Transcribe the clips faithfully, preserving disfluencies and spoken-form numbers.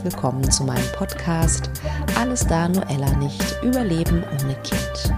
herzlich willkommen zu meinem Podcast Alles da, nur Ella nicht, Überleben ohne Kind.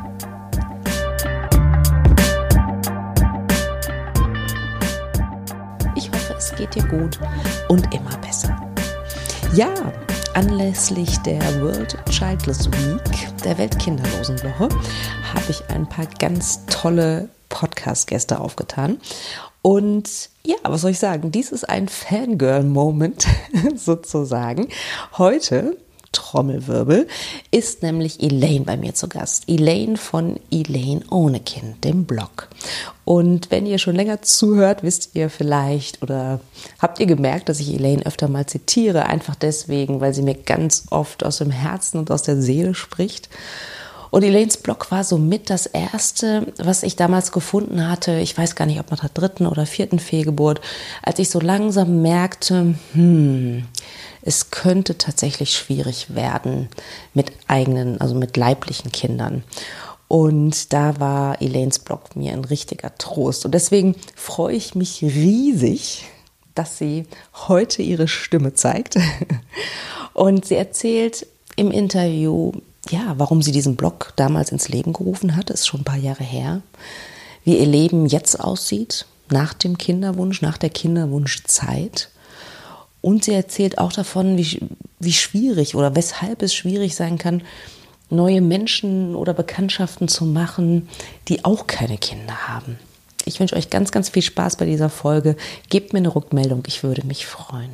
Ich hoffe, es geht dir gut und immer besser. Ja, anlässlich der World Childless Week, der Weltkinderlosenwoche, habe ich ein paar ganz tolle Podcast-Gäste aufgetan. Und ja, was soll ich sagen? Dies ist ein Fangirl-Moment sozusagen. Heute, Trommelwirbel, ist nämlich Elaine bei mir zu Gast. Elaine von Elaine ohne Kind, dem Blog. Und wenn ihr schon länger zuhört, wisst ihr vielleicht oder habt ihr gemerkt, dass ich Elaine öfter mal zitiere, einfach deswegen, weil sie mir ganz oft aus dem Herzen und aus der Seele spricht. Und Elaines Blog war somit das erste, was ich damals gefunden hatte. Ich weiß gar nicht, ob nach der dritten oder vierten Fehlgeburt, als ich so langsam merkte, hm, es könnte tatsächlich schwierig werden mit eigenen, also mit leiblichen Kindern. Und da war Elaines Blog mir ein richtiger Trost. Und deswegen freue ich mich riesig, dass sie heute ihre Stimme zeigt. Und sie erzählt im Interview, ja, warum sie diesen Blog damals ins Leben gerufen hat, ist schon ein paar Jahre her. Wie ihr Leben jetzt aussieht, nach dem Kinderwunsch, nach der Kinderwunschzeit. Und sie erzählt auch davon, wie, wie schwierig oder weshalb es schwierig sein kann, neue Menschen oder Bekanntschaften zu machen, die auch keine Kinder haben. Ich wünsche euch ganz, ganz viel Spaß bei dieser Folge. Gebt mir eine Rückmeldung, ich würde mich freuen.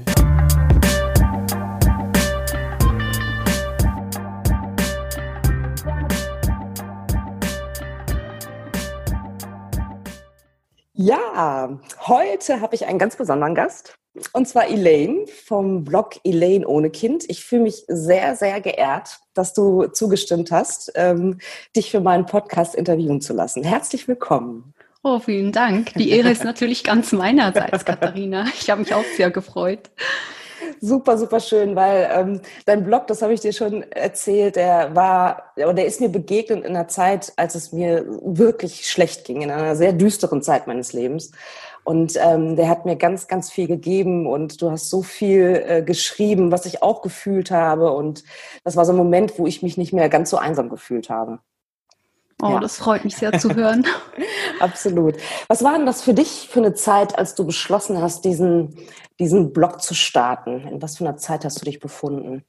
Ja, heute habe ich einen ganz besonderen Gast, und zwar Elaine vom Blog Elaine ohne Kind. Ich fühle mich sehr, sehr geehrt, dass du zugestimmt hast, ähm, dich für meinen Podcast interviewen zu lassen. Herzlich willkommen. Oh, vielen Dank. Die Ehre ist natürlich ganz meinerseits, Katharina. Ich habe mich auch sehr gefreut. Super, super schön, weil ähm, dein Blog, das habe ich dir schon erzählt, der war, oder der ist mir begegnet in einer Zeit, als es mir wirklich schlecht ging, in einer sehr düsteren Zeit meines Lebens. Und ähm, der hat mir ganz, ganz viel gegeben und du hast so viel äh, geschrieben, was ich auch gefühlt habe. Und das war so ein Moment, wo ich mich nicht mehr ganz so einsam gefühlt habe. Oh, ja. Das freut mich sehr zu hören. Absolut. Was war denn das für dich für eine Zeit, als du beschlossen hast, diesen, diesen Blog zu starten? In was für einer Zeit hast du dich befunden?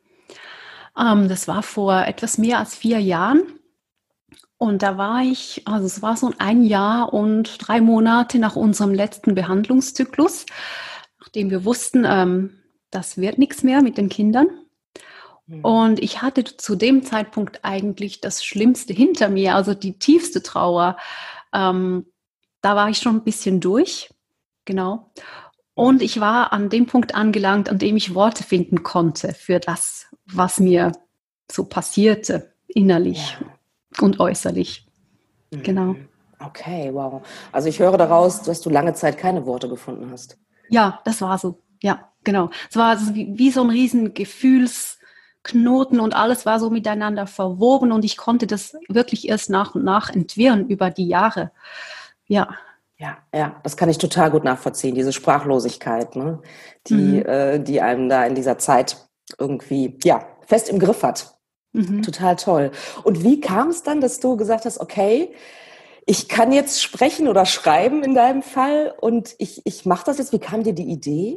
Ähm, das war vor etwas mehr als vier Jahren. Und da war ich, also es war so ein Jahr und drei Monate nach unserem letzten Behandlungszyklus, nachdem wir wussten, ähm, das wird nichts mehr mit den Kindern. Und ich hatte zu dem Zeitpunkt eigentlich das Schlimmste hinter mir, also die tiefste Trauer. Ähm, da war ich schon ein bisschen durch, genau. Und ich war an dem Punkt angelangt, an dem ich Worte finden konnte für das, was mir so passierte, innerlich ja. und äußerlich. Mhm. Genau. Okay, wow. Also ich höre daraus, dass du lange Zeit keine Worte gefunden hast. Ja, das war so. Ja, genau. Es war so wie, wie so ein riesen Gefühls Knoten und alles war so miteinander verwoben und ich konnte das wirklich erst nach und nach entwirren über die Jahre. Ja. Ja, ja, das kann ich total gut nachvollziehen, diese Sprachlosigkeit, ne? die, mhm. äh, die einem da in dieser Zeit irgendwie ja, fest im Griff hat. Mhm. Total toll. Und wie kam es dann, dass du gesagt hast, okay, ich kann jetzt sprechen oder schreiben in deinem Fall und ich, ich mache das jetzt. Wie kam dir die Idee?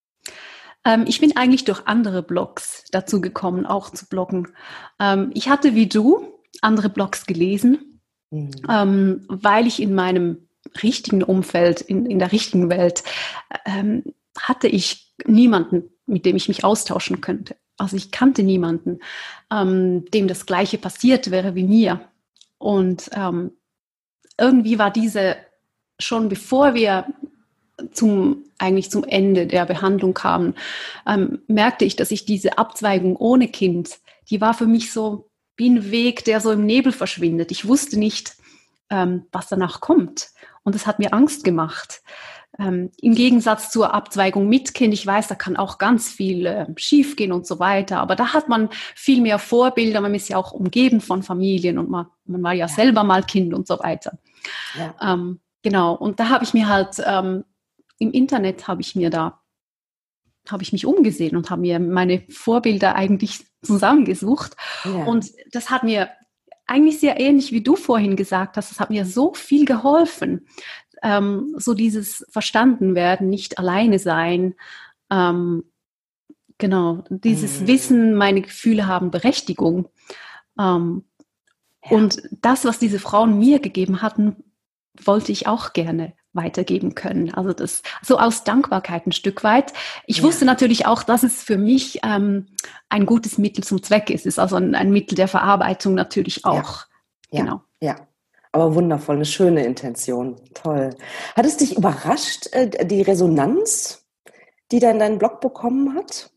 Ich bin eigentlich durch andere Blogs dazu gekommen, auch zu bloggen. Ich hatte wie du andere Blogs gelesen, mhm. weil ich in meinem richtigen Umfeld, in, in der richtigen Welt, hatte ich niemanden, mit dem ich mich austauschen könnte. Also ich kannte niemanden, dem das Gleiche passiert wäre wie mir. Und irgendwie war diese, schon bevor wir zum eigentlich zum Ende der Behandlung kamen, ähm, merkte ich, dass ich diese Abzweigung ohne Kind, die war für mich so wie ein Weg, der so im Nebel verschwindet. Ich wusste nicht, ähm, was danach kommt. Und das hat mir Angst gemacht. Ähm, im Gegensatz zur Abzweigung mit Kind, ich weiß, da kann auch ganz viel äh, schiefgehen und so weiter. Aber da hat man viel mehr Vorbilder. Man ist ja auch umgeben von Familien und man, man war ja, ja selber mal Kind und so weiter. Ja. Ähm, genau. Und da habe ich mir halt... Ähm, Im Internet habe ich mir da habe ich mich umgesehen und habe mir meine Vorbilder eigentlich zusammengesucht. Ja. Und das hat mir eigentlich sehr ähnlich, wie du vorhin gesagt hast, das hat mir so viel geholfen. Ähm, so dieses Verstandenwerden, nicht alleine sein, ähm, genau, dieses Mhm. Wissen, meine Gefühle haben Berechtigung. Ähm, Ja. Und das, was diese Frauen mir gegeben hatten, wollte ich auch gerne weitergeben können. Also das so aus Dankbarkeit ein Stück weit. Ich Ja. wusste natürlich auch, dass es für mich ähm, ein gutes Mittel zum Zweck ist. Es ist also ein, ein Mittel der Verarbeitung natürlich auch. Ja. Genau. Ja. Aber wundervoll, eine schöne Intention. Toll. Hat es dich überrascht, äh, die Resonanz, die dann dein Blog bekommen hat?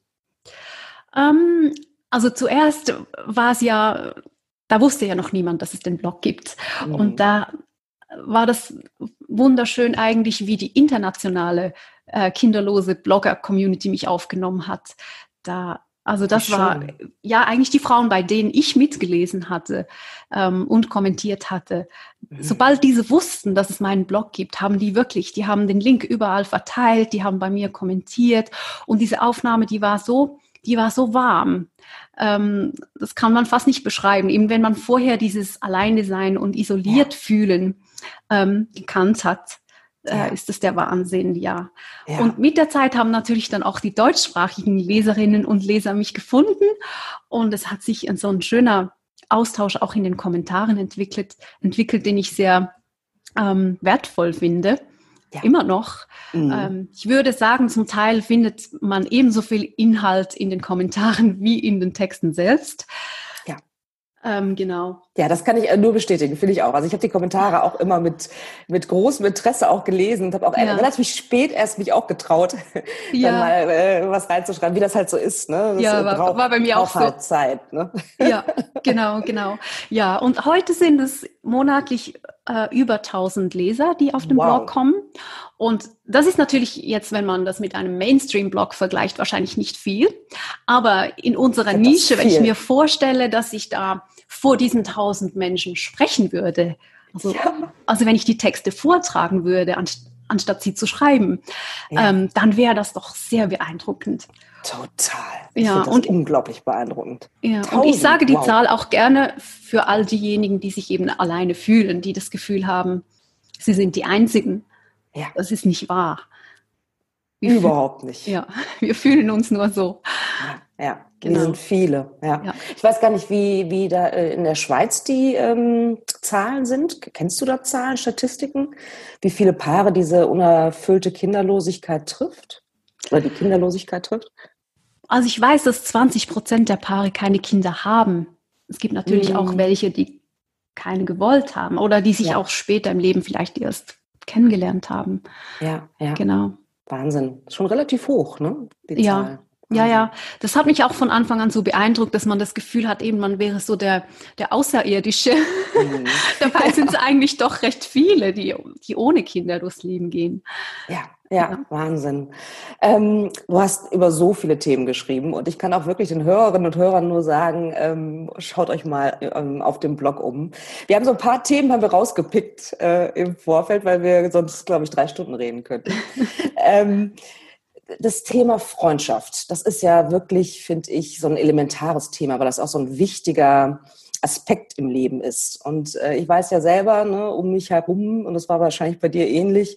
Ähm, also zuerst war es ja, da wusste ja noch niemand, dass es den Blog gibt. Mhm. Und da war das wunderschön eigentlich, wie die internationale äh, kinderlose Blogger-Community mich aufgenommen hat. Da, also das war ja eigentlich die Frauen, bei denen ich mitgelesen hatte ähm, und kommentiert hatte. Mhm. Sobald diese wussten, dass es meinen Blog gibt, haben die wirklich, die haben den Link überall verteilt, die haben bei mir kommentiert und diese Aufnahme, die war so, die war so warm. Ähm, das kann man fast nicht beschreiben. Eben wenn man vorher dieses Alleine sein und isoliert ja. fühlen ähm, gekannt hat, äh, ja. ist das der Wahnsinn, ja. ja. Und mit der Zeit haben natürlich dann auch die deutschsprachigen Leserinnen und Leser mich gefunden und es hat sich so ein schöner Austausch auch in den Kommentaren entwickelt, entwickelt, den ich sehr ähm, wertvoll finde. Ja. Immer noch. Mhm. Ähm, ich würde sagen, zum Teil findet man ebenso viel Inhalt in den Kommentaren wie in den Texten selbst. Ja. Ähm, genau. Ja, das kann ich nur bestätigen, finde ich auch. Also ich habe die Kommentare auch immer mit, mit großem Interesse auch gelesen und habe auch ja. relativ spät erst mich auch getraut, ja. dann mal äh, was reinzuschreiben, wie das halt so ist. Ne? Das ja, war, braucht, war bei mir auch so. Halt Zeit. Ne? Ja, genau, genau. Ja, und heute sind es monatlich äh, über tausend Leser, die auf den wow. Blog kommen. Und das ist natürlich jetzt, wenn man das mit einem Mainstream-Blog vergleicht, wahrscheinlich nicht viel. Aber in unserer Nische, wenn ich mir vorstelle, dass ich da vor diesen tausend Menschen sprechen würde, also, ja. also wenn ich die Texte vortragen würde, anst- anstatt sie zu schreiben, ja. ähm, dann wäre das doch sehr beeindruckend. Total. Ich ja, finde das und, unglaublich beeindruckend. Ja, und ich sage die wow. Zahl auch gerne für all diejenigen, die sich eben alleine fühlen, die das Gefühl haben, sie sind die Einzigen. Ja. Das ist nicht wahr. Wir Überhaupt fühl- nicht. Ja, wir fühlen uns nur so. Ja, ja. Genau. Wir sind viele. Ja. Ja. Ich weiß gar nicht, wie, wie da in der Schweiz die ähm, Zahlen sind. Kennst du da Zahlen, Statistiken? Wie viele Paare diese unerfüllte Kinderlosigkeit trifft? Oder die Kinderlosigkeit trifft? Also ich weiß, dass zwanzig Prozent der Paare keine Kinder haben. Es gibt natürlich mhm. auch welche, die keine gewollt haben oder die sich ja. auch später im Leben vielleicht erst kennengelernt haben. Ja, ja. Genau. Wahnsinn. Schon relativ hoch, ne? Die ja. Zahl. Ja, ja. Das hat mich auch von Anfang an so beeindruckt, dass man das Gefühl hat, eben man wäre so der, der Außerirdische. Mhm. Dabei ja. sind es eigentlich doch recht viele, die, die ohne Kinder durchs Leben gehen. Ja. Ja, ja, Wahnsinn. Ähm, du hast über so viele Themen geschrieben und ich kann auch wirklich den Hörerinnen und Hörern nur sagen, ähm, schaut euch mal ähm, auf dem Blog um. Wir haben so ein paar Themen haben wir rausgepickt äh, im Vorfeld, weil wir sonst, glaube ich, drei Stunden reden könnten. ähm, das Thema Freundschaft, das ist ja wirklich, finde ich, so ein elementares Thema, weil das auch so ein wichtiger Aspekt im Leben ist. Und äh, ich weiß ja selber, ne, um mich herum, und das war wahrscheinlich bei dir ähnlich,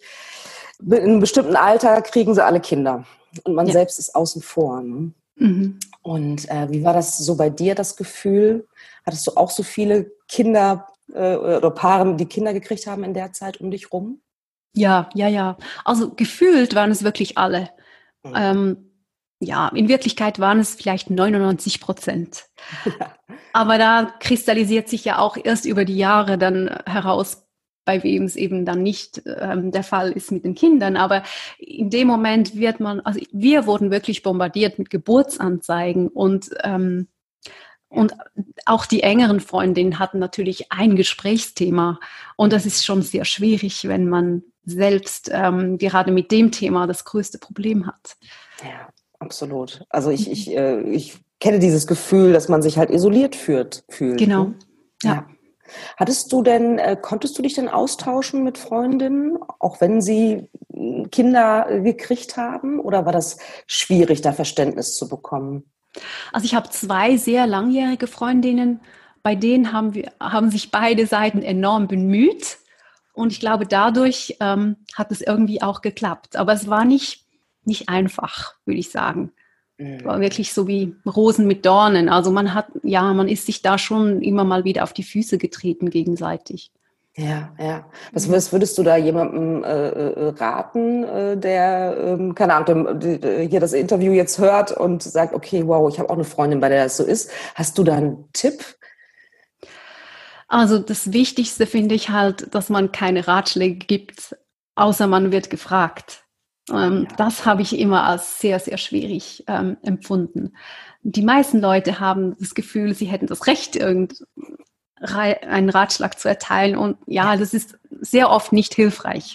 in einem bestimmten Alter kriegen sie alle Kinder und man ja. selbst ist außen vor. Ne? Mhm. Und äh, wie war das so bei dir, das Gefühl? Hattest du auch so viele Kinder äh, oder Paare, die Kinder gekriegt haben in der Zeit um dich rum? Ja, ja, ja. Also gefühlt waren es wirklich alle. Mhm. Ähm, ja, in Wirklichkeit waren es vielleicht neunundneunzig Prozent. Ja. Aber da kristallisiert sich ja auch erst über die Jahre dann heraus, bei wem es eben dann nicht ähm, der Fall ist mit den Kindern. Aber in dem Moment wird man, also wir wurden wirklich bombardiert mit Geburtsanzeigen und, ähm, und auch die engeren Freundinnen hatten natürlich ein Gesprächsthema. Und das ist schon sehr schwierig, wenn man selbst ähm, gerade mit dem Thema das größte Problem hat. Ja, absolut. Also ich, ich, äh, ich kenne dieses Gefühl, dass man sich halt isoliert fühlt. fühlt genau, ne? ja. ja. Hattest du denn, äh, konntest du dich denn austauschen mit Freundinnen, auch wenn sie Kinder gekriegt haben? Oder war das schwierig, da Verständnis zu bekommen? Also ich habe zwei sehr langjährige Freundinnen, bei denen haben wir, haben sich beide Seiten enorm bemüht. Und ich glaube, dadurch ähm, hat es irgendwie auch geklappt. Aber es war nicht, nicht einfach, würde ich sagen. Es war wirklich so wie Rosen mit Dornen. Also man hat, ja, man ist sich da schon immer mal wieder auf die Füße getreten gegenseitig. Ja, ja. Was würdest, würdest du da jemandem äh, raten, äh, der, ähm, keine Ahnung, der, hier das Interview jetzt hört und sagt, okay, wow, ich habe auch eine Freundin, bei der das so ist. Hast du da einen Tipp? Also das Wichtigste finde ich halt, dass man keine Ratschläge gibt, außer man wird gefragt. Ähm, ja. Das habe ich immer als sehr, sehr schwierig ähm, empfunden. Die meisten Leute haben das Gefühl, sie hätten das Recht, irgend einen Ratschlag zu erteilen. Und ja, das ist sehr oft nicht hilfreich.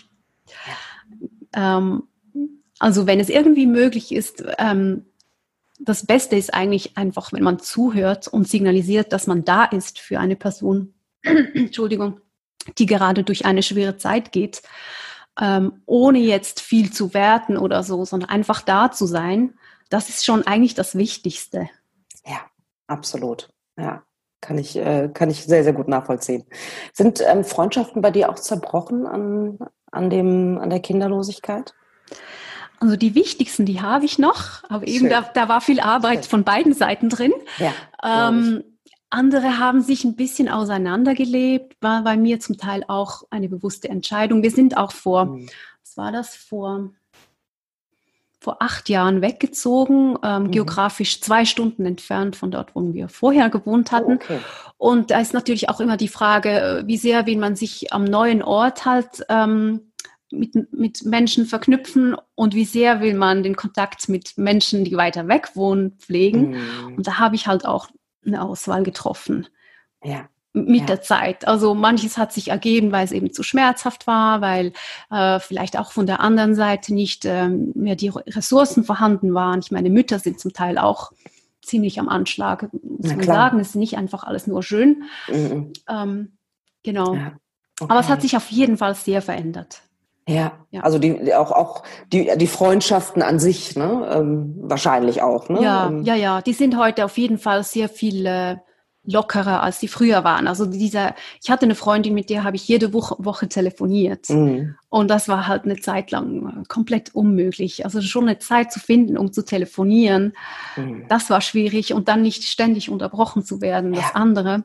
Ja. Ähm, also wenn es irgendwie möglich ist, ähm, das Beste ist eigentlich einfach, wenn man zuhört und signalisiert, dass man da ist für eine Person, Entschuldigung, die gerade durch eine schwere Zeit geht, ähm, ohne jetzt viel zu werten oder so, sondern einfach da zu sein. Das ist schon eigentlich das Wichtigste. Ja, absolut. Ja. Kann ich, äh, kann ich sehr, sehr gut nachvollziehen. Sind ähm, Freundschaften bei dir auch zerbrochen an, an, dem, an der Kinderlosigkeit? Also die wichtigsten, die habe ich noch, aber eben da, da war viel Arbeit Schön. Von beiden Seiten drin. Ja, ähm, andere haben sich ein bisschen auseinandergelebt, war bei mir zum Teil auch eine bewusste Entscheidung. Wir sind auch vor, hm. was war das, vor... vor acht Jahren weggezogen, ähm, mhm. geografisch zwei Stunden entfernt von dort, wo wir vorher gewohnt hatten. Oh, okay. Und da ist natürlich auch immer die Frage, wie sehr will man sich am neuen Ort halt ähm, mit, mit Menschen verknüpfen und wie sehr will man den Kontakt mit Menschen, die weiter weg wohnen, pflegen. Mhm. Und da habe ich halt auch eine Auswahl getroffen. Ja. Mit ja. der Zeit. Also manches hat sich ergeben, weil es eben zu schmerzhaft war, weil äh, vielleicht auch von der anderen Seite nicht ähm, mehr die Ressourcen vorhanden waren. Ich meine, Mütter sind zum Teil auch ziemlich am Anschlag, muss man sagen. Es ist nicht einfach alles nur schön. Mhm. Ähm, genau. Ja. Okay. Aber es hat sich auf jeden Fall sehr verändert. Ja, ja. Also die auch auch die die Freundschaften an sich, ne, ähm, wahrscheinlich auch, ne? Ja, ähm. ja, ja. Die sind heute auf jeden Fall sehr viel äh, lockerer, als die früher waren. Also dieser, ich hatte eine Freundin, mit der habe ich jede Woche, Woche telefoniert. Mhm. Und das war halt eine Zeit lang komplett unmöglich. Also schon eine Zeit zu finden, um zu telefonieren, mhm. das war schwierig. Und dann nicht ständig unterbrochen zu werden, das ja. andere.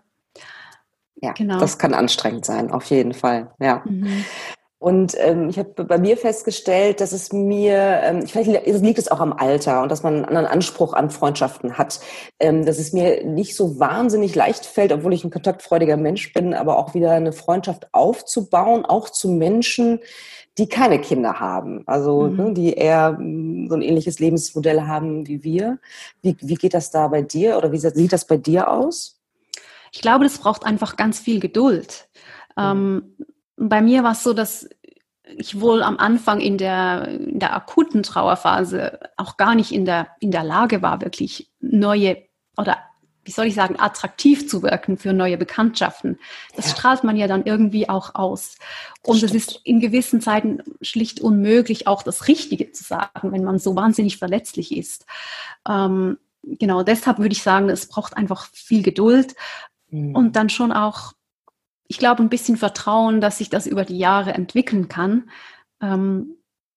Ja, genau. Das kann anstrengend sein, auf jeden Fall, ja. Mhm. Und ähm, ich habe bei mir festgestellt, dass es mir, ähm, vielleicht liegt es auch am Alter und dass man einen anderen Anspruch an Freundschaften hat, ähm, dass es mir nicht so wahnsinnig leicht fällt, obwohl ich ein kontaktfreudiger Mensch bin, aber auch wieder eine Freundschaft aufzubauen, auch zu Menschen, die keine Kinder haben, also mhm. ne, die eher m, so ein ähnliches Lebensmodell haben wie wir. Wie, wie geht das da bei dir oder wie sieht das bei dir aus? Ich glaube, das braucht einfach ganz viel Geduld. Mhm. Ähm, Bei mir war es so, dass ich wohl am Anfang in der, in der akuten Trauerphase auch gar nicht in der, in der Lage war, wirklich neue oder, wie soll ich sagen, attraktiv zu wirken für neue Bekanntschaften. Das ja. strahlt man ja dann irgendwie auch aus. Und es ist in gewissen Zeiten schlicht unmöglich, auch das Richtige zu sagen, wenn man so wahnsinnig verletzlich ist. Ähm, genau, deshalb würde ich sagen, es braucht einfach viel Geduld mhm. und dann schon auch, ich glaube, ein bisschen Vertrauen, dass sich das über die Jahre entwickeln kann. Ähm,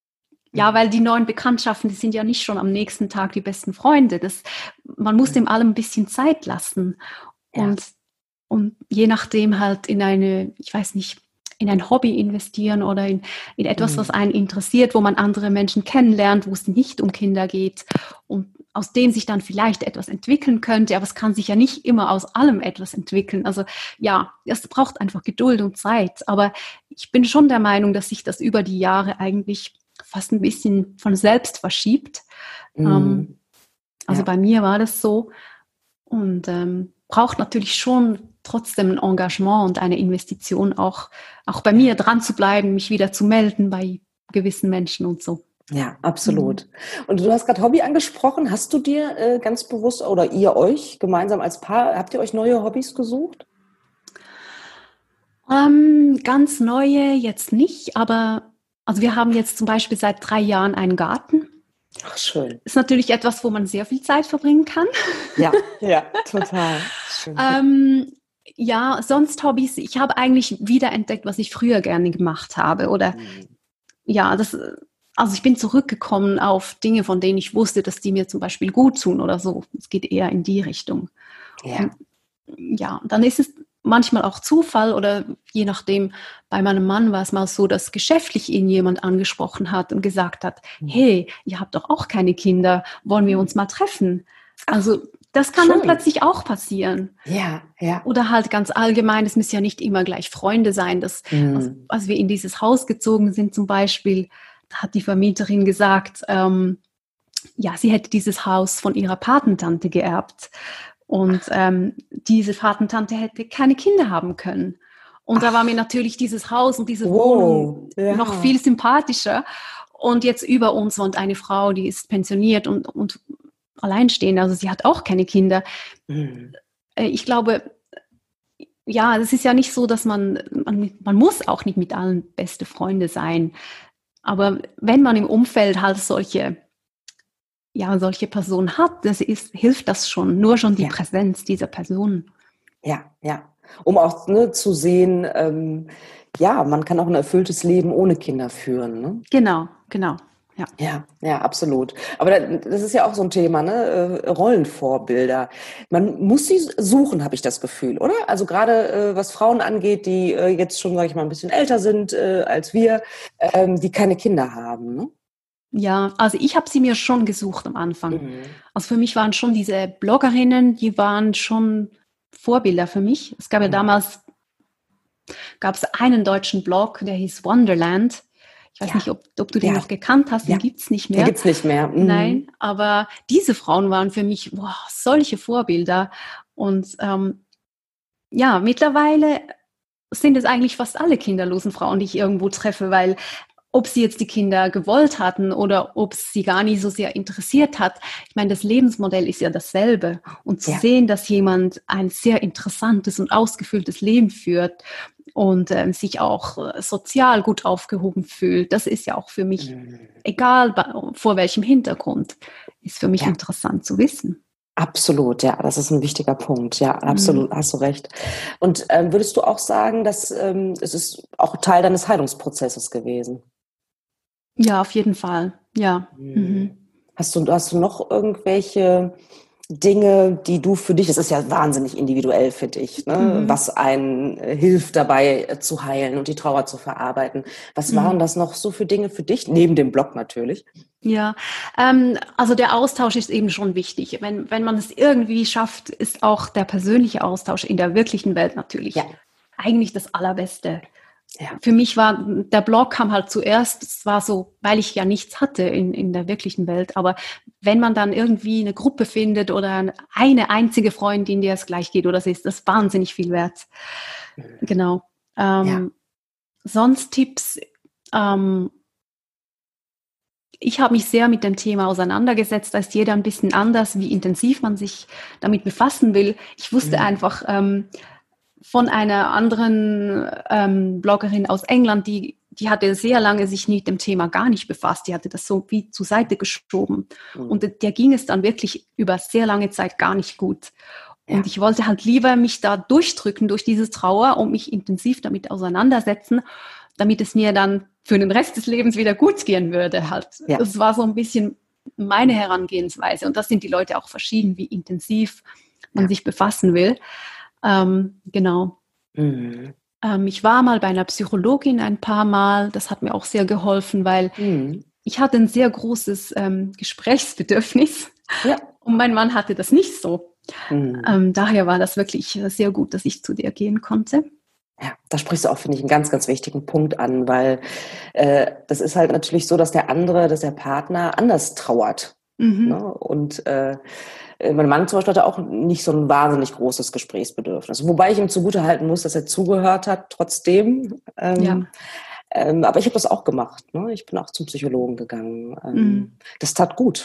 ja, weil die neuen Bekanntschaften, die sind ja nicht schon am nächsten Tag die besten Freunde. Das, man muss dem allem ein bisschen Zeit lassen. Und, ja. und je nachdem halt in eine, ich weiß nicht, in ein Hobby investieren oder in, in etwas, mhm. was einen interessiert, wo man andere Menschen kennenlernt, wo es nicht um Kinder geht und aus dem sich dann vielleicht etwas entwickeln könnte, aber es kann sich ja nicht immer aus allem etwas entwickeln. Also ja, es braucht einfach Geduld und Zeit. Aber ich bin schon der Meinung, dass sich das über die Jahre eigentlich fast ein bisschen von selbst verschiebt. Mhm. Ähm, also ja. bei mir war das so und ähm, braucht natürlich schon trotzdem ein Engagement und eine Investition, auch, auch bei mir dran zu bleiben, mich wieder zu melden bei gewissen Menschen und so. Ja, absolut. Und du hast gerade Hobby angesprochen. Hast du dir äh, ganz bewusst oder ihr euch gemeinsam als Paar, habt ihr euch neue Hobbys gesucht? Ähm, ganz neue jetzt nicht, aber Also wir haben jetzt zum Beispiel seit drei Jahren einen Garten. Ach, schön. Ist natürlich etwas, wo man sehr viel Zeit verbringen kann. Ja, ja, total. Schön. ähm, ja, sonst Hobbys. Ich habe eigentlich wiederentdeckt, was ich früher gerne gemacht habe. Oder mhm. ja, das, also ich bin zurückgekommen auf Dinge, von denen ich wusste, dass die mir zum Beispiel gut tun oder so. Es geht eher in die Richtung. Ja. Und, ja, dann ist es manchmal auch Zufall oder je nachdem, bei meinem Mann war es mal so, dass geschäftlich ihn jemand angesprochen hat und gesagt hat, hey, ihr habt doch auch keine Kinder, wollen wir uns mal treffen? Also das kann schön. Dann plötzlich auch passieren. Ja, ja. Oder halt ganz allgemein, es müssen ja nicht immer gleich Freunde sein. Das, mhm. als, als wir in dieses Haus gezogen sind zum Beispiel, da hat die Vermieterin gesagt, ähm, ja, sie hätte dieses Haus von ihrer Patentante geerbt. Und ähm, diese Patentante hätte keine Kinder haben können. Und Ach. Da war mir natürlich dieses Haus und diese wow. Wohnung ja. noch viel sympathischer. Und jetzt über uns wohnt eine Frau, die ist pensioniert und, und alleinstehend. Also sie hat auch keine Kinder. Mhm. Ich glaube, ja, das ist ja nicht so, dass man, man, man muss auch nicht mit allen beste Freunde sein. Aber wenn man im Umfeld halt solche ja, solche Person hat, das ist, hilft das schon. Nur schon die ja. Präsenz dieser Person. Ja, ja. Um auch ne, zu sehen, ähm, ja, man kann auch ein erfülltes Leben ohne Kinder führen. Ne? Genau, genau. Ja. ja, ja, absolut. Aber das ist ja auch so ein Thema, ne? Rollenvorbilder. Man muss sie suchen, habe ich das Gefühl, oder? Also gerade äh, was Frauen angeht, die äh, jetzt schon, sage ich mal, ein bisschen älter sind äh, als wir, ähm, die keine Kinder haben, ne? Ja, also ich habe sie mir schon gesucht am Anfang. Mhm. Also für mich waren schon diese Bloggerinnen, die waren schon Vorbilder für mich. Es gab ja mhm. damals, gab es einen deutschen Blog, der hieß Wonderland. Ich weiß ja. nicht, ob, ob du den ja. noch gekannt hast, ja. den gibt's nicht mehr. Den gibt's nicht mehr. Mhm. Nein, aber diese Frauen waren für mich boah, solche Vorbilder. Und ähm, ja, mittlerweile sind es eigentlich fast alle kinderlosen Frauen, die ich irgendwo treffe, weil ob sie jetzt die Kinder gewollt hatten oder ob es sie gar nicht so sehr interessiert hat. Ich meine, das Lebensmodell ist ja dasselbe. Und zu ja. sehen, dass jemand ein sehr interessantes und ausgefülltes Leben führt und ähm, sich auch äh, sozial gut aufgehoben fühlt, das ist ja auch für mich, mhm. egal vor welchem Hintergrund, ist für mich ja. interessant zu wissen. Absolut, ja, das ist ein wichtiger Punkt. Ja, absolut, mhm. hast du recht. Und ähm, würdest du auch sagen, dass ähm, es ist auch Teil deines Heilungsprozesses gewesen? Ja, auf jeden Fall, ja. Mhm. Hast du, hast du noch irgendwelche Dinge, die du für dich, das ist ja wahnsinnig individuell für dich, ne? Mhm. Was einen hilft dabei zu heilen und die Trauer zu verarbeiten. Was mhm. waren das noch so für Dinge für dich, neben dem Blog natürlich? Ja, ähm, also der Austausch ist eben schon wichtig. Wenn, wenn man es irgendwie schafft, ist auch der persönliche Austausch in der wirklichen Welt natürlich ja. eigentlich das Allerbeste. Ja. Für mich war, der Blog kam halt zuerst, es war so, weil ich ja nichts hatte in, in der wirklichen Welt, aber wenn man dann irgendwie eine Gruppe findet oder eine einzige Freundin, der es gleich geht oder so, ist das wahnsinnig viel wert. Genau. Ähm, ja. Sonst Tipps, ähm, ich habe mich sehr mit dem Thema auseinandergesetzt, da ist jeder ein bisschen anders, wie intensiv man sich damit befassen will. Ich wusste mhm. einfach, ähm, von einer anderen ähm, Bloggerin aus England, die, die hatte sehr lange sich mit dem Thema gar nicht befasst. Die hatte das so wie zur Seite geschoben. Mhm. Und der ging es dann wirklich über sehr lange Zeit gar nicht gut. Ja. Und ich wollte halt lieber mich da durchdrücken durch diese Trauer und mich intensiv damit auseinandersetzen, damit es mir dann für den Rest des Lebens wieder gut gehen würde. Halt. Ja. Das war so ein bisschen meine Herangehensweise. Und das sind die Leute auch verschieden, wie intensiv man ja. sich befassen will. Ähm, genau. Mhm. Ähm, ich war mal bei einer Psychologin ein paar Mal. Das hat mir auch sehr geholfen, weil mhm. ich hatte ein sehr großes ähm, Gesprächsbedürfnis. Ja. Und mein Mann hatte das nicht so. Mhm. Ähm, daher war das wirklich sehr gut, dass ich zu dir gehen konnte. Ja, da sprichst du auch, finde ich, einen ganz, ganz wichtigen Punkt an, weil äh, das ist halt natürlich so, dass der andere, dass der Partner anders trauert. Mhm. Ne? Und äh, mein Mann zum Beispiel hatte auch nicht so ein wahnsinnig großes Gesprächsbedürfnis. Wobei ich ihm zugutehalten muss, dass er zugehört hat, trotzdem. Ähm, ja. ähm, aber ich habe das auch gemacht. Ne? Ich bin auch zum Psychologen gegangen. Ähm, mhm. Das tat gut.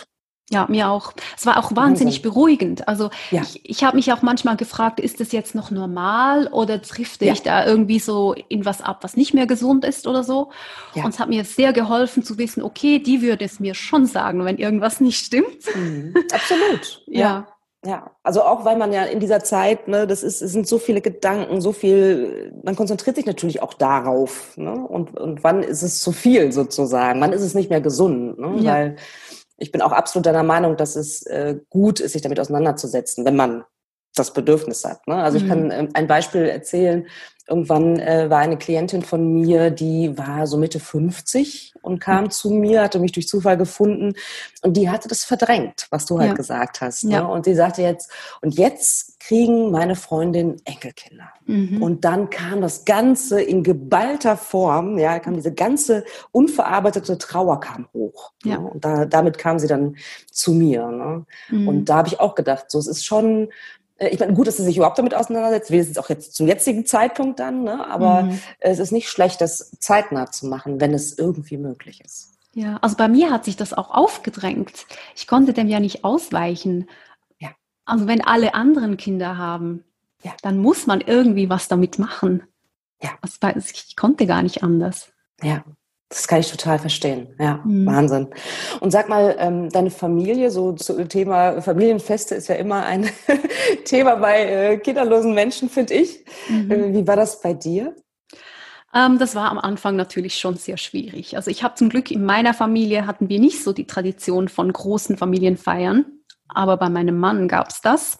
Ja, mir auch. Es war auch wahnsinnig Wahnsinn. beruhigend. Also ja. ich, ich habe mich auch manchmal gefragt, ist das jetzt noch normal oder trifft ja. ich da irgendwie so in was ab, was nicht mehr gesund ist oder so? Ja. Und es hat mir sehr geholfen zu wissen, okay, die würde es mir schon sagen, wenn irgendwas nicht stimmt. Mhm. Absolut. ja. ja. Ja, also auch weil man ja in dieser Zeit, ne, das ist, es sind so viele Gedanken, so viel, man konzentriert sich natürlich auch darauf, ne? Und, und wann ist es zu viel sozusagen? Wann ist es nicht mehr gesund? Ne? Ja. Weil ich bin auch absolut deiner Meinung, dass es äh, gut ist, sich damit auseinanderzusetzen, wenn man das Bedürfnis hat. Ne? Also mhm. ich kann äh, ein Beispiel erzählen. Irgendwann äh, war eine Klientin von mir, die war so Mitte fünfzig und kam mhm. zu mir, hatte mich durch Zufall gefunden und die hatte das verdrängt, was du halt ja. gesagt hast. Ne? Ja. Und sie sagte jetzt, und jetzt kriegen meine Freundin Enkelkinder. Mhm. Und dann kam das Ganze in geballter Form, ja, kam diese ganze unverarbeitete Trauer kam hoch. Ja. Ne? Und da, damit kam sie dann zu mir. Ne? Mhm. Und da habe ich auch gedacht, so es ist schon... Ich meine, gut, dass sie sich überhaupt damit auseinandersetzt, wenigstens auch jetzt zum jetzigen Zeitpunkt dann, ne? Aber mhm. es ist nicht schlecht, das zeitnah zu machen, wenn es irgendwie möglich ist. Ja, also bei mir hat sich das auch aufgedrängt. Ich konnte dem ja nicht ausweichen. Ja. Also wenn alle anderen Kinder haben, ja. dann muss man irgendwie was damit machen. Ja. Also ich konnte gar nicht anders. Ja. Das kann ich total verstehen. Ja, mhm. Wahnsinn. Und sag mal, ähm, deine Familie, so zum Thema Familienfeste ist ja immer ein Thema bei äh, kinderlosen Menschen, finde ich. Mhm. Äh, wie war das bei dir? Ähm, das war am Anfang natürlich schon sehr schwierig. Also ich habe zum Glück in meiner Familie hatten wir nicht so die Tradition von großen Familienfeiern, aber bei meinem Mann gab es das.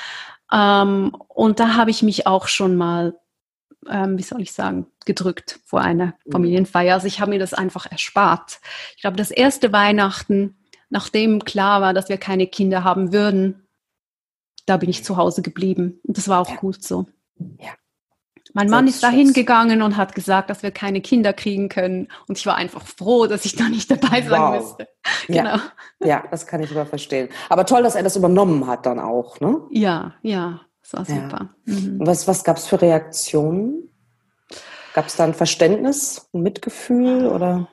Ähm, und da habe ich mich auch schon mal Ähm, wie soll ich sagen, gedrückt vor einer Familienfeier. Also ich habe mir das einfach erspart. Ich glaube, das erste Weihnachten, nachdem klar war, dass wir keine Kinder haben würden, da bin ich zu Hause geblieben. Und das war auch ja. gut so. Ja. Mein Mann ist dahin gegangen und hat gesagt, dass wir keine Kinder kriegen können. Und ich war einfach froh, dass ich da nicht dabei sein wow. müsste. Genau. Ja. ja, das kann ich aber verstehen. Aber toll, dass er das übernommen hat dann auch, ne? Ja, ja. Das war super. Ja. Mhm. Was, was gab es für Reaktionen? Gab es da ein Verständnis, ein Mitgefühl oder?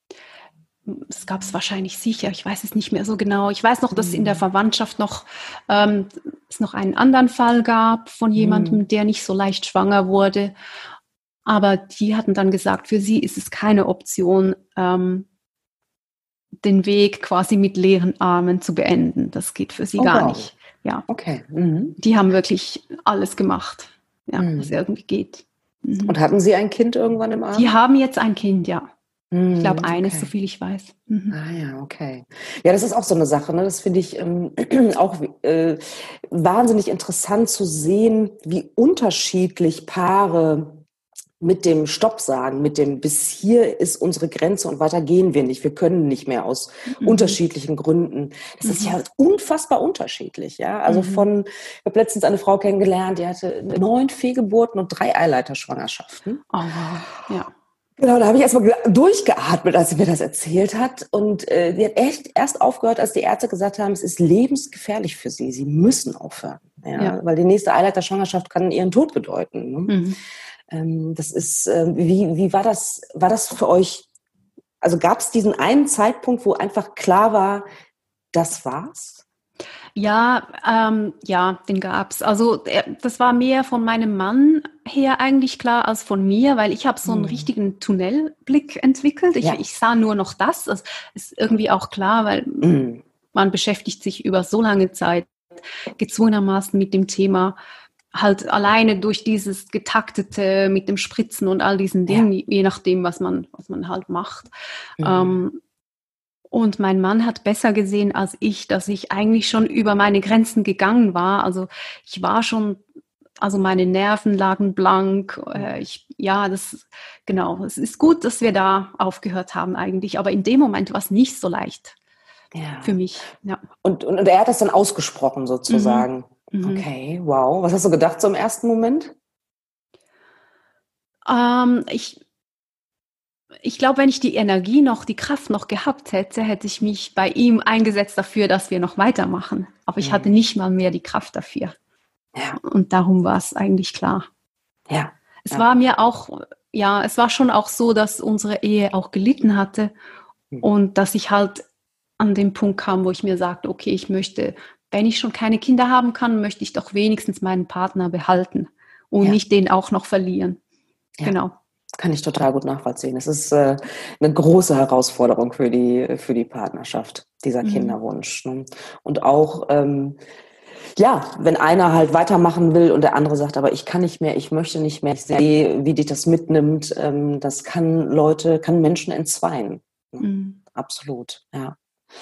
Das gab es wahrscheinlich sicher. Ich weiß es nicht mehr so genau. Ich weiß noch, dass mhm. in der Verwandtschaft noch ähm, es noch einen anderen Fall gab von jemandem, mhm. der nicht so leicht schwanger wurde. Aber die hatten dann gesagt, für sie ist es keine Option, ähm, den Weg quasi mit leeren Armen zu beenden. Das geht für sie oh, gar wow. nicht. Ja, okay. Mhm. Die haben wirklich alles gemacht, ja, mhm. was irgendwie geht. Mhm. Und hatten Sie ein Kind irgendwann im Arm? Die haben jetzt ein Kind, ja. Mhm, ich glaube, eines, okay. so viel ich weiß. Mhm. Ah ja, okay. Ja, das ist auch so eine Sache, ne? Das finde ich ähm, auch äh, wahnsinnig interessant zu sehen, wie unterschiedlich Paare mit dem Stopp sagen, mit dem bis hier ist unsere Grenze und weiter gehen wir nicht. Wir können nicht mehr aus mhm. unterschiedlichen Gründen. Das mhm. ist ja unfassbar unterschiedlich, ja. Also mhm. von, ich habe letztens eine Frau kennengelernt, die hatte neun Fehlgeburten und drei Eileiterschwangerschaften. Oh, wow. Ja. Genau, da habe ich erstmal durchgeatmet, als sie mir das erzählt hat. Und äh, die hat echt erst aufgehört, als die Ärzte gesagt haben, es ist lebensgefährlich für sie. Sie müssen aufhören, ja, ja. weil die nächste Eileiterschwangerschaft kann ihren Tod bedeuten. Ne? Mhm. Das ist, wie, wie war das, war das für euch, also gab es diesen einen Zeitpunkt, wo einfach klar war, das war's? Ja, ähm, ja, den gab's. Also das war mehr von meinem Mann her eigentlich klar als von mir, weil ich habe so einen hm. richtigen Tunnelblick entwickelt. Ich, ja. ich sah nur noch das. Das ist irgendwie auch klar, weil hm. man beschäftigt sich über so lange Zeit gezwungenermaßen mit dem Thema, halt alleine durch dieses Getaktete mit dem Spritzen und all diesen Dingen, ja. je nachdem, was man, was man halt macht. Mhm. Ähm, und mein Mann hat besser gesehen als ich, dass ich eigentlich schon über meine Grenzen gegangen war. Also ich war schon, also meine Nerven lagen blank. Äh, ich, ja, das, genau. Es ist gut, dass wir da aufgehört haben eigentlich. Aber in dem Moment war es nicht so leicht ja. für mich. Ja. Und, und, und er hat das dann ausgesprochen sozusagen. Mhm. Okay, wow. Was hast du gedacht so im ersten Moment? Ähm, ich ich glaube, wenn ich die Energie noch, die Kraft noch gehabt hätte, hätte ich mich bei ihm eingesetzt dafür, dass wir noch weitermachen. Aber ich mhm. hatte nicht mal mehr die Kraft dafür. Ja. Und darum war es eigentlich klar. Ja. Es ja. war mir auch, ja, es war schon auch so, dass unsere Ehe auch gelitten hatte mhm. und dass ich halt an den Punkt kam, wo ich mir sagte, okay, ich möchte, wenn ich schon keine Kinder haben kann, möchte ich doch wenigstens meinen Partner behalten und ja. nicht den auch noch verlieren. Ja. Genau. Kann ich total gut nachvollziehen. Es ist äh, eine große Herausforderung für die, für die Partnerschaft, dieser mhm. Kinderwunsch. Ne? Und auch, ähm, ja, wenn einer halt weitermachen will und der andere sagt, aber ich kann nicht mehr, ich möchte nicht mehr, ich sehe, wie dich das mitnimmt, ähm, das kann Leute, kann Menschen entzweien. Ne? Mhm. Absolut, ja.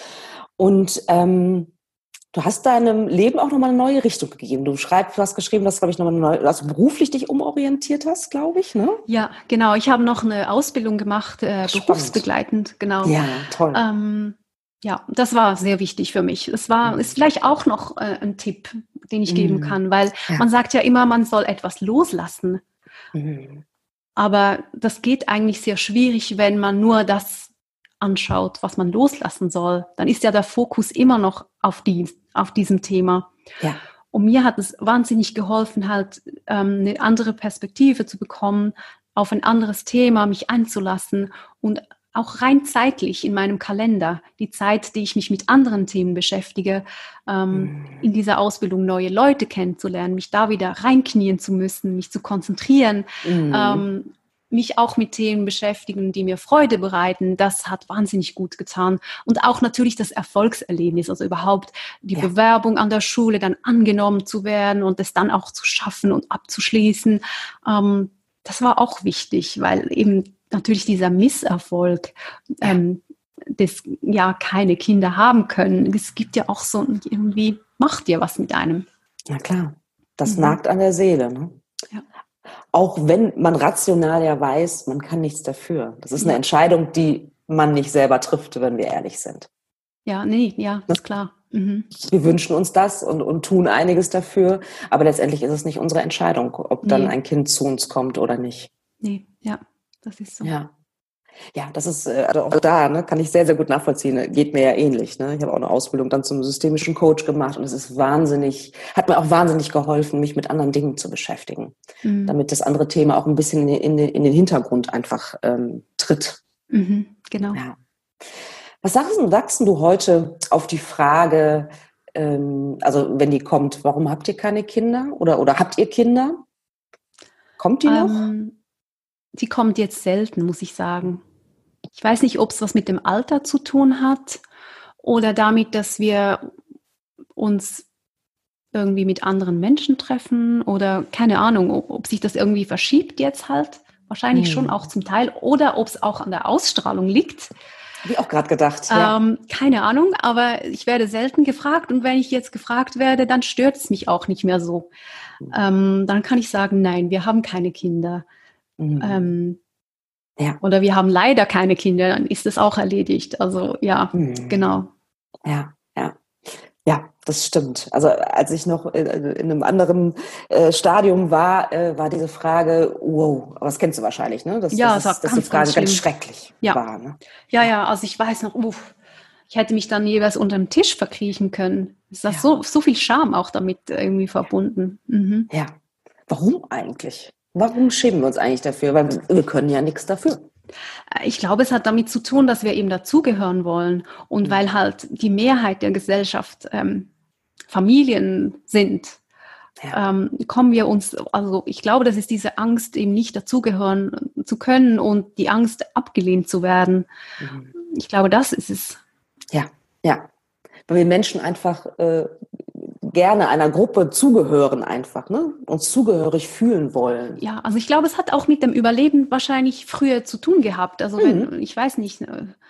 Und ähm, du hast deinem Leben auch nochmal eine neue Richtung gegeben. Du schreibst, du hast geschrieben, dass, glaube ich, nochmal eine neue, also beruflich dich umorientiert hast, glaube ich, ne? Ja, genau. Ich habe noch eine Ausbildung gemacht, äh, berufsbegleitend, genau. Ja, toll. Ähm, ja, das war sehr wichtig für mich. Es war, ist vielleicht auch noch äh, ein Tipp, den ich mhm. geben kann, weil ja. man sagt ja immer, man soll etwas loslassen. Mhm. Aber das geht eigentlich sehr schwierig, wenn man nur das anschaut, was man loslassen soll. Dann ist ja der Fokus immer noch auf die, auf diesem Thema. Ja. Und mir hat es wahnsinnig geholfen, halt ähm, eine andere Perspektive zu bekommen, auf ein anderes Thema mich einzulassen und auch rein zeitlich in meinem Kalender, die Zeit, die ich mich mit anderen Themen beschäftige, ähm, mm. in dieser Ausbildung neue Leute kennenzulernen, mich da wieder reinknien zu müssen, mich zu konzentrieren, mm. ähm, mich auch mit Themen beschäftigen, die mir Freude bereiten, das hat wahnsinnig gut getan. Und auch natürlich das Erfolgserlebnis, also überhaupt die ja. Bewerbung an der Schule, dann angenommen zu werden und es dann auch zu schaffen und abzuschließen. Ähm, das war auch wichtig, weil eben natürlich dieser Misserfolg, ja. ähm, das ja keine Kinder haben können, es gibt ja auch so, irgendwie macht ja was mit einem. Na klar, das mhm. nagt an der Seele, ne? Ja. Auch wenn man rational ja weiß, man kann nichts dafür. Das ist eine Entscheidung, die man nicht selber trifft, wenn wir ehrlich sind. Ja, nee, ja, das ist klar. Mhm. Wir wünschen uns das und, und tun einiges dafür, aber letztendlich ist es nicht unsere Entscheidung, ob nee. dann ein Kind zu uns kommt oder nicht. Nee, ja, das ist so. Ja. Ja, das ist, also auch da, ne, kann ich sehr, sehr gut nachvollziehen. Geht mir ja ähnlich. Ne? Ich habe auch eine Ausbildung dann zum systemischen Coach gemacht und es ist wahnsinnig, hat mir auch wahnsinnig geholfen, mich mit anderen Dingen zu beschäftigen, mhm. damit das andere Thema auch ein bisschen in den, in den Hintergrund einfach ähm, tritt. Mhm, genau. Ja. Was sagst du, sagst du heute auf die Frage, ähm, also wenn die kommt, warum habt ihr keine Kinder oder, oder habt ihr Kinder? Kommt die noch? Ähm, die kommt jetzt selten, muss ich sagen. Ich weiß nicht, ob es was mit dem Alter zu tun hat oder damit, dass wir uns irgendwie mit anderen Menschen treffen oder keine Ahnung, ob, ob sich das irgendwie verschiebt jetzt halt. Wahrscheinlich hm. schon auch zum Teil oder ob es auch an der Ausstrahlung liegt. Habe ich auch gerade gedacht. Ja. Ähm, keine Ahnung, aber ich werde selten gefragt und wenn ich jetzt gefragt werde, dann stört es mich auch nicht mehr so. Mhm. Ähm, dann kann ich sagen, nein, wir haben keine Kinder. Mhm. Ähm, ja. Oder wir haben leider keine Kinder, dann ist das auch erledigt. Also ja, mhm. genau. Ja, ja. Ja, das stimmt. Also als ich noch in, in einem anderen äh, Stadium war, äh, war diese Frage, wow, aber das kennst du wahrscheinlich, ne? Das, ja, das das ist, dass die Frage ganz, ganz schrecklich ja. war. Ne? Ja, ja, also ich weiß noch, uff, ich hätte mich dann jeweils unter dem Tisch verkriechen können. Es ist ja. so, so viel Scham auch damit irgendwie verbunden. Mhm. Ja, warum eigentlich? Warum schämen wir uns eigentlich dafür? Weil wir können ja nichts dafür. Ich glaube, es hat damit zu tun, dass wir eben dazugehören wollen und mhm. weil halt die Mehrheit der Gesellschaft ähm, Familien sind, ja. ähm, kommen wir uns, also ich glaube, das ist diese Angst, eben nicht dazugehören zu können und die Angst, abgelehnt zu werden. Mhm. Ich glaube, das ist es. Ja, ja. Weil wir Menschen einfach äh, gerne einer Gruppe zugehören einfach, ne? Uns zugehörig fühlen wollen. Ja, also ich glaube, es hat auch mit dem Überleben wahrscheinlich früher zu tun gehabt. Also wenn, mhm. ich weiß nicht,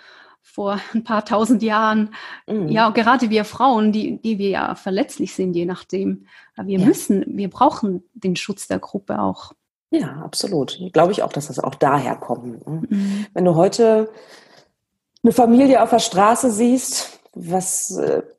vor ein paar tausend Jahren, mhm. ja, gerade wir Frauen, die, die wir ja verletzlich sind, je nachdem. Wir ja. müssen, wir brauchen den Schutz der Gruppe auch. Ja, absolut. Glaube ich auch, dass das auch daher kommt. Ne? Mhm. Wenn du heute eine Familie auf der Straße siehst, was...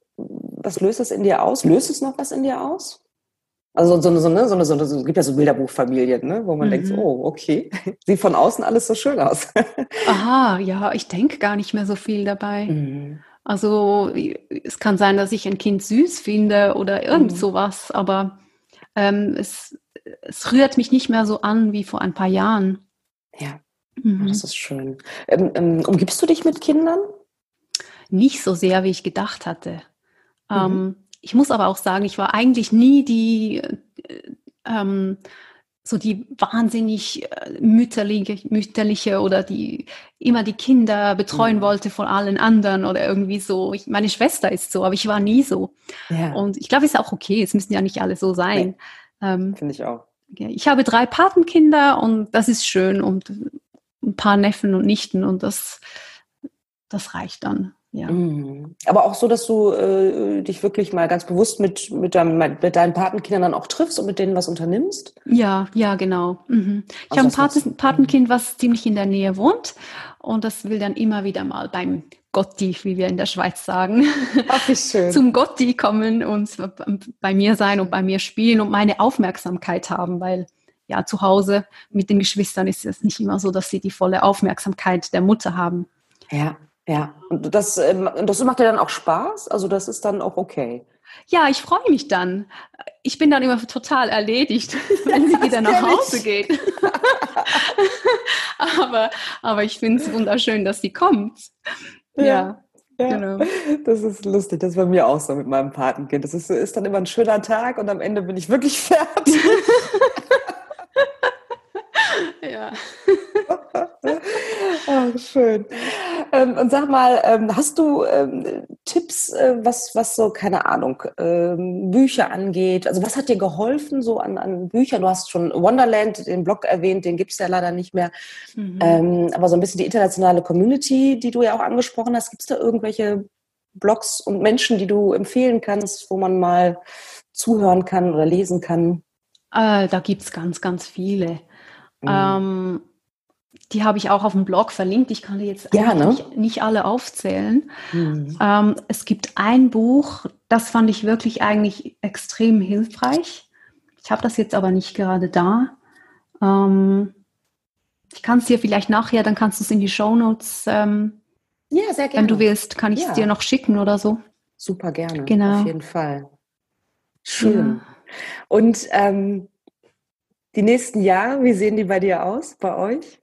Was löst das in dir aus? Löst es noch was in dir aus? Also so eine, so eine, so eine, so eine, es gibt ja so Bilderbuchfamilien, ne, wo man mhm. denkt, so, oh, okay, sieht von außen alles so schön aus. Aha, ja, ich denke gar nicht mehr so viel dabei. Mhm. Also es kann sein, dass ich ein Kind süß finde oder irgend mhm. sowas, aber ähm, es, es rührt mich nicht mehr so an wie vor ein paar Jahren. Ja, mhm. das ist schön. Ähm, ähm, umgibst du dich mit Kindern? nicht so sehr, wie ich gedacht hatte. Mhm. Ähm, ich muss aber auch sagen, ich war eigentlich nie die, äh, ähm, so die wahnsinnig äh, mütterliche, mütterliche oder die immer die Kinder betreuen Mhm. wollte von allen anderen oder irgendwie so. Ich, meine Schwester ist so, aber ich war nie so. Ja. Und ich glaube, es ist auch okay. Es müssen ja nicht alle so sein. Nee, ähm, finde ich auch. Ich habe drei Patenkinder und das ist schön und ein paar Neffen und Nichten und das, das reicht dann. Ja. Mhm. Aber auch so, dass du äh, dich wirklich mal ganz bewusst mit, mit, deinem, mit deinen Patenkindern dann auch triffst und mit denen was unternimmst? Ja, ja, genau. Mhm. Ich Also habe ein das machst du. Paten, Patenkind, was ziemlich in der Nähe wohnt und das will dann immer wieder mal beim Gotti, wie wir in der Schweiz sagen, Ach, wie schön. zum Gotti kommen und bei mir sein und bei mir spielen und meine Aufmerksamkeit haben, weil ja zu Hause mit den Geschwistern ist es nicht immer so, dass sie die volle Aufmerksamkeit der Mutter haben. Ja, ja. Und das, ähm, das macht dir dann auch Spaß? Also das ist dann auch okay? Ja, ich freue mich dann. Ich bin dann immer total erledigt, wenn sie wieder nach Hause geht. aber, aber ich finde es wunderschön, dass sie kommt. Ja, ja, ja, genau. Das ist lustig. Das ist bei mir auch so mit meinem Patenkind. Das ist, ist dann immer ein schöner Tag und am Ende bin ich wirklich fertig. Ja. Oh, schön. Ähm, und sag mal, ähm, hast du ähm, Tipps, äh, was, was so, keine Ahnung, ähm, Bücher angeht? Also was hat dir geholfen so an, an Büchern? Du hast schon Wonderland, den Blog erwähnt, den gibt es ja leider nicht mehr. Mhm. Ähm, aber so ein bisschen die internationale Community, die du ja auch angesprochen hast. Gibt es da irgendwelche Blogs und Menschen, die du empfehlen kannst, wo man mal zuhören kann oder lesen kann? Äh, da gibt es ganz, ganz viele. Mhm. Ähm, die habe ich auch auf dem Blog verlinkt. Ich kann dir jetzt ja, ne? nicht, nicht alle aufzählen. Mhm. Ähm, es gibt ein Buch, das fand ich wirklich eigentlich extrem hilfreich. Ich habe das jetzt aber nicht gerade da. Ähm, ich kann es dir vielleicht nachher, dann kannst du es in die Shownotes, ähm, ja, sehr gerne. wenn du willst, kann ich es ja. dir noch schicken oder so. Super gerne, genau. Auf jeden Fall. Schön. Ja. Und ähm, die nächsten Jahre, wie sehen die bei dir aus, bei euch?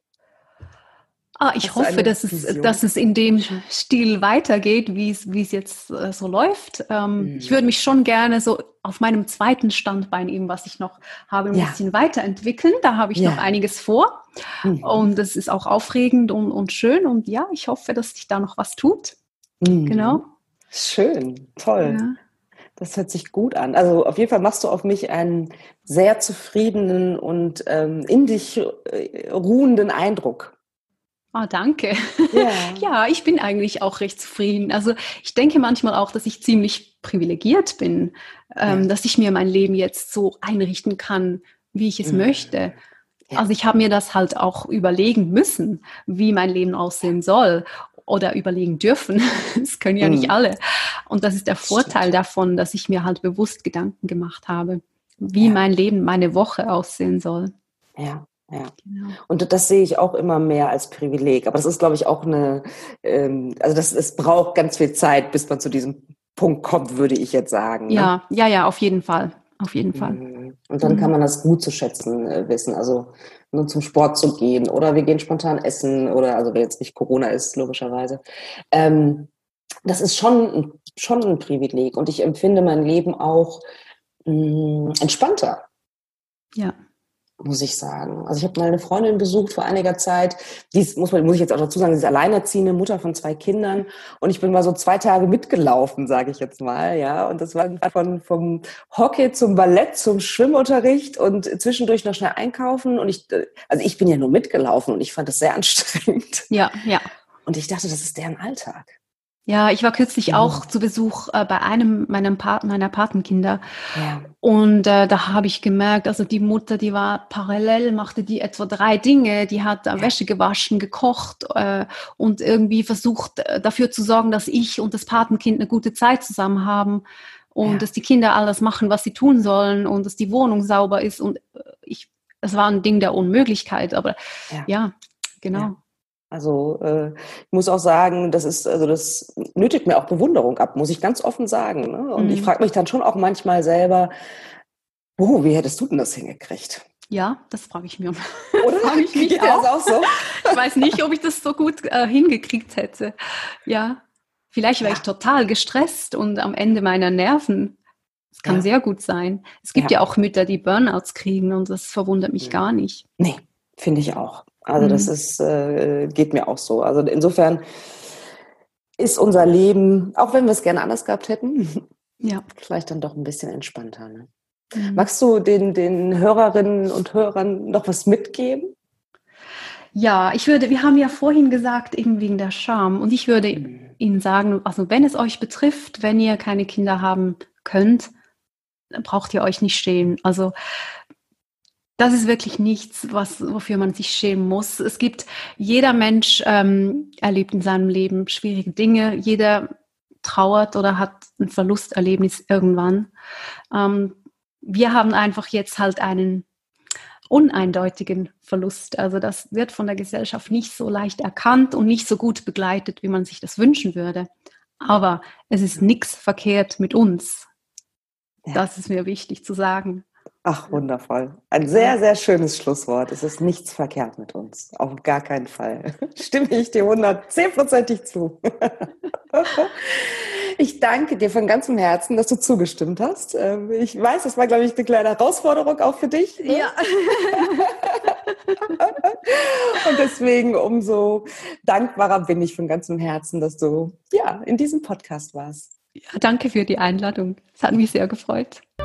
Ah, ich Hast hoffe, dass es, dass es in dem Stil weitergeht, wie es, wie es jetzt äh, so läuft. Ähm, mhm. Ich würde mich schon gerne so auf meinem zweiten Standbein, eben was ich noch habe, ein ja. bisschen weiterentwickeln. Da habe ich ja. noch einiges vor. Mhm. Und das ist auch aufregend und, und schön. Und ja, ich hoffe, dass sich da noch was tut. Mhm. Genau. Schön, toll. Ja. Das hört sich gut an. Also auf jeden Fall machst du auf mich einen sehr zufriedenen und ähm, in dich äh, ruhenden Eindruck. Oh, danke. Yeah. Ja, ich bin eigentlich auch recht zufrieden. Also ich denke manchmal auch, dass ich ziemlich privilegiert bin, ähm, ja. dass ich mir mein Leben jetzt so einrichten kann, wie ich es mhm. möchte. Ja. Also ich habe mir das halt auch überlegen müssen, wie mein Leben aussehen soll oder überlegen dürfen. Das können ja mhm. nicht alle. Und das ist der Vorteil Stimmt. davon, dass ich mir halt bewusst Gedanken gemacht habe, wie ja. mein Leben, meine Woche aussehen soll. Ja. Ja, genau. Und das sehe ich auch immer mehr als Privileg. Aber das ist, glaube ich, auch eine, ähm, also das, es braucht ganz viel Zeit, bis man zu diesem Punkt kommt, würde ich jetzt sagen. Ne? Ja, ja, ja, auf jeden Fall. Auf jeden Fall. Und dann mhm. kann man das gut zu schätzen äh, wissen. Also nur zum Sport zu gehen oder wir gehen spontan essen oder, also wenn jetzt nicht Corona ist, logischerweise. Ähm, das ist schon, schon ein Privileg. Und ich empfinde mein Leben auch mh, entspannter. Ja. Muss ich sagen. Also ich habe mal eine Freundin besucht vor einiger Zeit, die ist, muss, man, muss ich jetzt auch dazu sagen, sie ist alleinerziehende Mutter von zwei Kindern und ich bin mal so zwei Tage mitgelaufen, sage ich jetzt mal, ja, und das war von vom Hockey zum Ballett zum Schwimmunterricht und zwischendurch noch schnell einkaufen und ich, also ich bin ja nur mitgelaufen und ich fand das sehr anstrengend. Ja, ja. Und ich dachte, das ist deren Alltag. Ja, ich war kürzlich ja. auch zu Besuch äh, bei einem meiner, pa- meiner Patenkinder ja. und äh, da habe ich gemerkt, also die Mutter, die war parallel, machte die etwa drei Dinge, die hat äh, ja. Wäsche gewaschen, gekocht äh, und irgendwie versucht äh, dafür zu sorgen, dass ich und das Patenkind eine gute Zeit zusammen haben und ja. dass die Kinder alles machen, was sie tun sollen und dass die Wohnung sauber ist und äh, ich, es war ein Ding der Unmöglichkeit, aber ja, ja genau. Ja. Also äh, ich muss auch sagen, das ist, also das nötigt mir auch Bewunderung ab, muss ich ganz offen sagen. Ne? Und mhm. ich frage mich dann schon auch manchmal selber, oh, wie hättest du denn das hingekriegt? Ja, das frage ich mir. Oder? Frage ich mich auch. Das auch so? Ich weiß nicht, ob ich das so gut äh, hingekriegt hätte. Ja. Vielleicht wäre Ja. ich total gestresst und am Ende meiner Nerven. Das kann Ja. sehr gut sein. Es gibt ja. Ja. auch Mütter, die Burnouts kriegen und das verwundert mich Mhm. gar nicht. Nee, finde ich auch. Also Mhm. das ist, äh, geht mir auch so. Also insofern ist unser Leben, auch wenn wir es gerne anders gehabt hätten, Ja. vielleicht dann doch ein bisschen entspannter. Ne? Mhm. Magst du den, den Hörerinnen und Hörern noch was mitgeben? Ja, ich würde, wir haben ja vorhin gesagt, eben wegen der Scham. Und ich würde Mhm. Ihnen sagen, also wenn es euch betrifft, wenn ihr keine Kinder haben könnt, dann braucht ihr euch nicht schämen. Also das ist wirklich nichts, was, wofür man sich schämen muss. Es gibt, jeder Mensch ähm, erlebt in seinem Leben schwierige Dinge. Jeder trauert oder hat ein Verlusterlebnis irgendwann. Ähm, wir haben einfach jetzt halt einen uneindeutigen Verlust. Also das wird von der Gesellschaft nicht so leicht erkannt und nicht so gut begleitet, wie man sich das wünschen würde. Aber es ist nichts verkehrt mit uns. Ja. Das ist mir wichtig zu sagen. Ach, wundervoll. Ein sehr, sehr schönes Schlusswort. Es ist nichts verkehrt mit uns. Auf gar keinen Fall. Stimme ich dir hundertzehnprozentig zu. Ich danke dir von ganzem Herzen, dass du zugestimmt hast. Ich weiß, das war, glaube ich, eine kleine Herausforderung auch für dich. Ne? Ja. Und deswegen umso dankbarer bin ich von ganzem Herzen, dass du ja in diesem Podcast warst. Ja, danke für die Einladung. Es hat mich sehr gefreut.